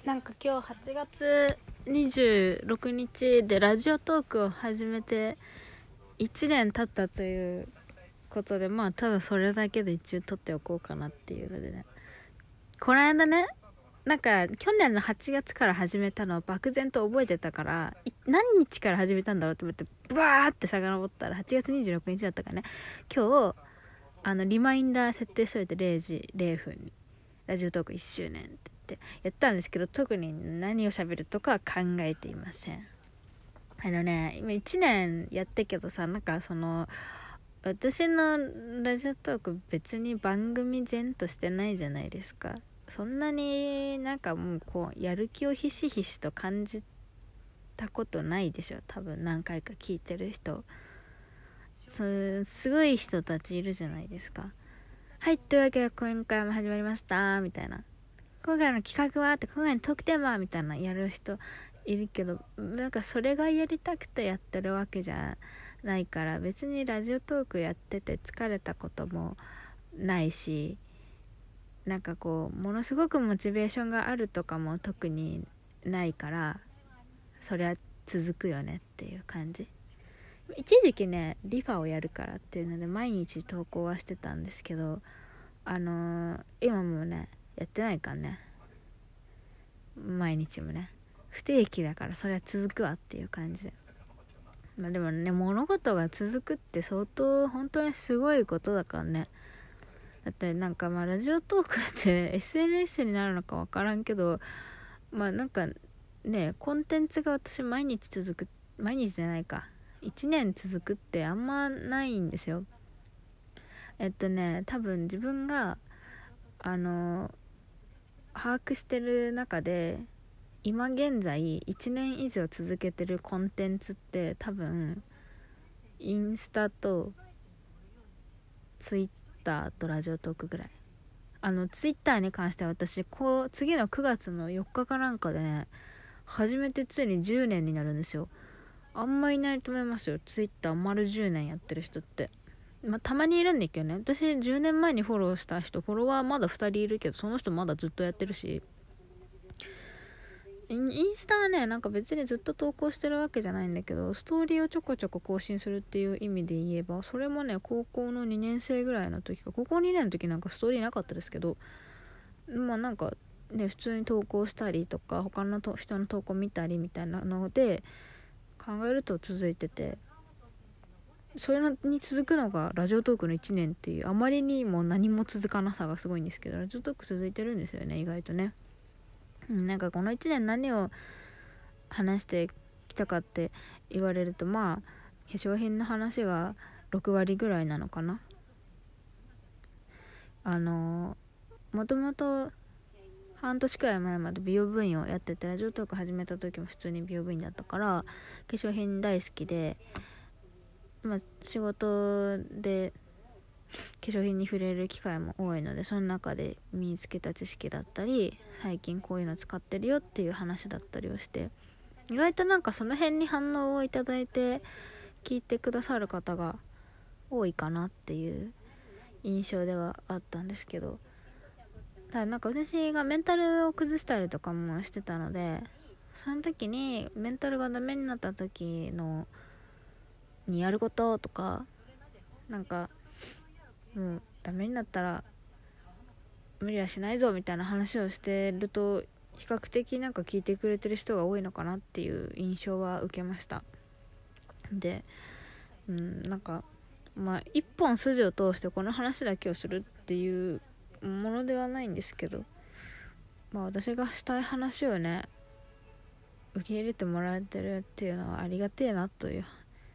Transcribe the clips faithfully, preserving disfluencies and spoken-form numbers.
なんか今日はちがつにじゅうろくにちでラジオトークを始めていちねん経ったということで、まあただそれだけで一応撮っておこうかなっていうのでね、この間ね、なんか去年のはちがつから始めたのを漠然と覚えてたから、何日から始めたんだろうと思ってブワーって遡ったらはちがつにじゅうろくにちだったからね、今日あのリマインダー設定しといてれいじれいふんにラジオトークいっしゅうねんって言ってやったんですけど、特に何を喋るとかは考えていません。あのね、今いちねんやってけどさ、なんかその私のラジオトーク別に番組前としてないじゃないですか。そんなになんかもうこうやる気をひしひしと感じたことないでしょ、多分何回か聞いてる人。す, すごい人たちいるじゃないですか。はい、というわけで今回も始まりましたみたいな、今回の企画はって、今回のトークテーマみたいなやる人いるけど、なんかそれがやりたくてやってるわけじゃないから、別にラジオトークやってて疲れたこともないし、なんかこうものすごくモチベーションがあるとかも特にないから、そりゃ続くよねっていう感じ。一時期ねリファをやるからっていうので毎日投稿はしてたんですけど、あのー、今もねやってないからね、毎日もね不定期だからそれは続くわっていう感じで、まあでもね、物事が続くって相当本当にすごいことだからね。だってなんかまあラジオトークって エスエヌエス になるのか分からんけど、まあなんかねコンテンツが私毎日続く、毎日じゃないかいちねん続くってあんまないんですよ。えっとね多分自分があの把握してる中で今現在いちねん以上続けてるコンテンツって多分インスタとツイッターとラジオトークぐらい。あのツイッターに関しては私こう次のくがつのよっかかなんかでね初めてついにじゅうねんになるんですよ。あんまいないと思いますよ、ツイッター丸じゅうねんやってる人って。まあ、たまにいるんだけどね、私じゅうねんまえにフォローした人、フォロワーまだふたりいるけど、その人まだずっとやってるし、インスタはねなんか別にずっと投稿してるわけじゃないんだけど、ストーリーをちょこちょこ更新するっていう意味で言えば、それもね高校のにねんせいぐらいの時か、高校にねんの時なんかストーリーなかったですけど、まあなんかね普通に投稿したりとか他のと人の投稿見たりみたいなので考えると続いてて、それに続くのがラジオトークのいちねんっていう、あまりにも何も続かなさがすごいんですけど、ラジオトーク続いてるんですよね、意外とね。なんかこのいちねん何を話してきたかって言われると、まあ化粧品の話がろくわりぐらいなのかな。あのもともと半年くらい前まで美容部員をやってて、ラジオトーク始めた時も普通に美容部員だったから化粧品大好きで、まあ、仕事で化粧品に触れる機会も多いので、その中で身につけた知識だったり、最近こういうの使ってるよっていう話だったりをして、意外となんかその辺に反応をいただいて聞いてくださる方が多いかなっていう印象ではあったんですけど、ただなんか私がメンタルを崩したりとかもしてたので、その時にメンタルがダメになった時のにやることとか、なんかもうダメになったら無理はしないぞみたいな話をしてると、比較的なんか聞いてくれてる人が多いのかなっていう印象は受けました。で、うん、なんかまあ一本筋を通してこの話だけをするっていうものではないんですけど、まあ私がしたい話をね受け入れてもらえてるっていうのはありがてえなという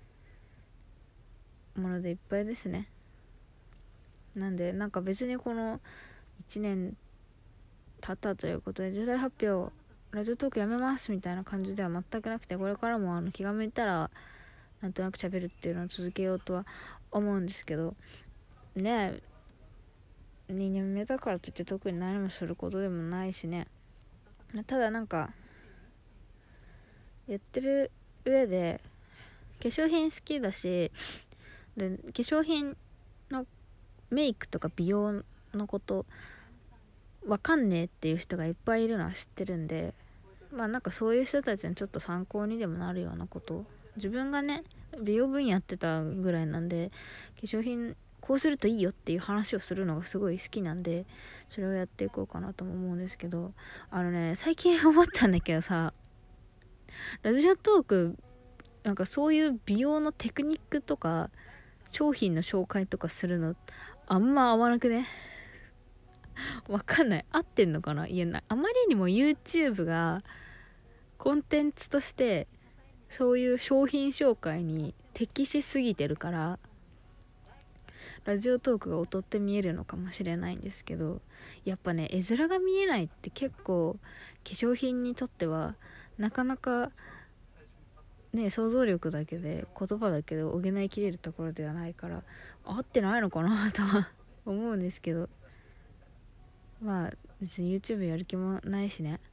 ものでいっぱいですね。なんでなんか別にこのいちねん経ったということで重大発表ラジオトークやめますみたいな感じでは全くなくて、これからもあの気が向いたらなんとなく喋るっていうのを続けようとは思うんですけどね。にねんめだからといって特に何もすることでもないしね。ただなんかやってる上で化粧品好きだし、で化粧品のメイクとか美容のことわかんねえっていう人がいっぱいいるのは知ってるんで、まあなんかそういう人たちにちょっと参考にでもなるようなことを、自分がね美容分野やってたぐらいなんで、化粧品こうするといいよっていう話をするのがすごい好きなんで、それをやっていこうかなとも思うんですけど、あのね最近思ったんだけどさ、ラジオトークなんかそういう美容のテクニックとか商品の紹介とかするのあんま合わなくね。わかんない、合ってんのかな、いやな、あまりにも YouTube がコンテンツとしてそういう商品紹介に適しすぎてるから、ラジオトークが劣って見えるのかもしれないんですけど、やっぱね絵面が見えないって結構化粧品にとってはなかなかね、想像力だけで言葉だけで補いきれるところではないから、合ってないのかなとは思うんですけど、まあ別に YouTube やる気もないしね、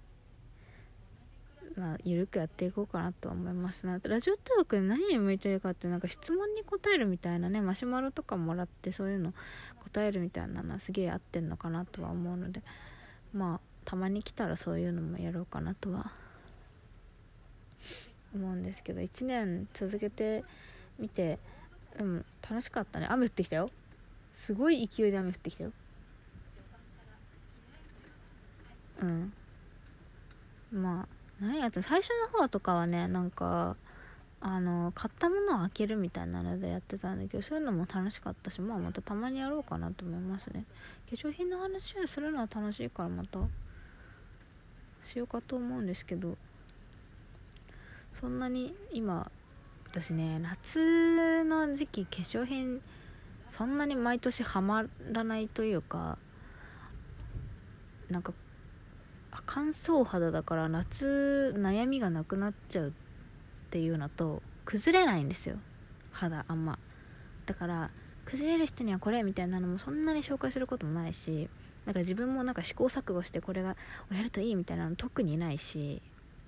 まあゆるくやっていこうかなとは思いますな。ラジオトークで何に向いてるかって、なんか質問に答えるみたいなね、マシュマロとかもらってそういうの答えるみたいなのはすげえ合ってんのかなとは思うので、まあたまに来たらそういうのもやろうかなとは思うんですけど、いちねん続けてみて、うん、楽しかったね。雨降ってきたよ、すごい勢いで雨降ってきたよ。うん、まあ何やった最初の方とかはね、なんかあの買ったものを開けるみたいなのでやってたんだけど、そういうのも楽しかったし、まあまたたまにやろうかなと思いますね。化粧品の話をするのは楽しいからまたしようかと思うんですけど、そんなに今私ね夏の時期化粧品そんなに毎年ハマらないというか、なんか乾燥肌だから夏悩みがなくなっちゃうっていうのと、崩れないんですよ肌あんま。だから崩れる人にはこれみたいなのもそんなに紹介することもないし、なんか自分もなんか試行錯誤してこれがやるといいみたいなの特にないし、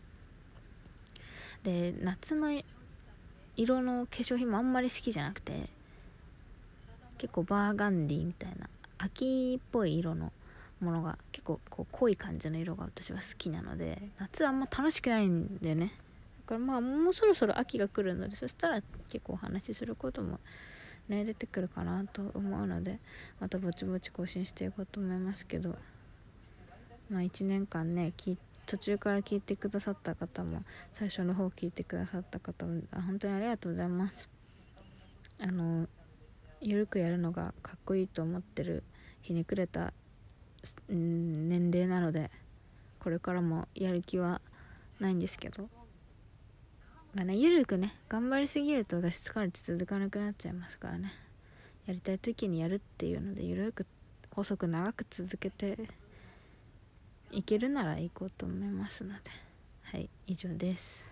で夏の色の化粧品もあんまり好きじゃなくて、結構バーガンディみたいな秋っぽい色のものが結構こう濃い感じの色が私は好きなので、夏あんま楽しくないんでね。だからまあもうそろそろ秋が来るので、そしたら結構お話しすることもね出てくるかなと思うので、またぼちぼち更新していこうと思いますけど、まあいちねんかんね途中から聞いてくださった方も最初の方聞いてくださった方も本当にありがとうございます。あのゆるくやるのがかっこいいと思ってるひねくれた年齢なので、これからもやる気はないんですけど、まあね、ゆるくね頑張りすぎると私疲れて続かなくなっちゃいますからね。やりたい時にやるっていうので、ゆるく細く長く続けていけるなら行こうと思いますので、はい以上です。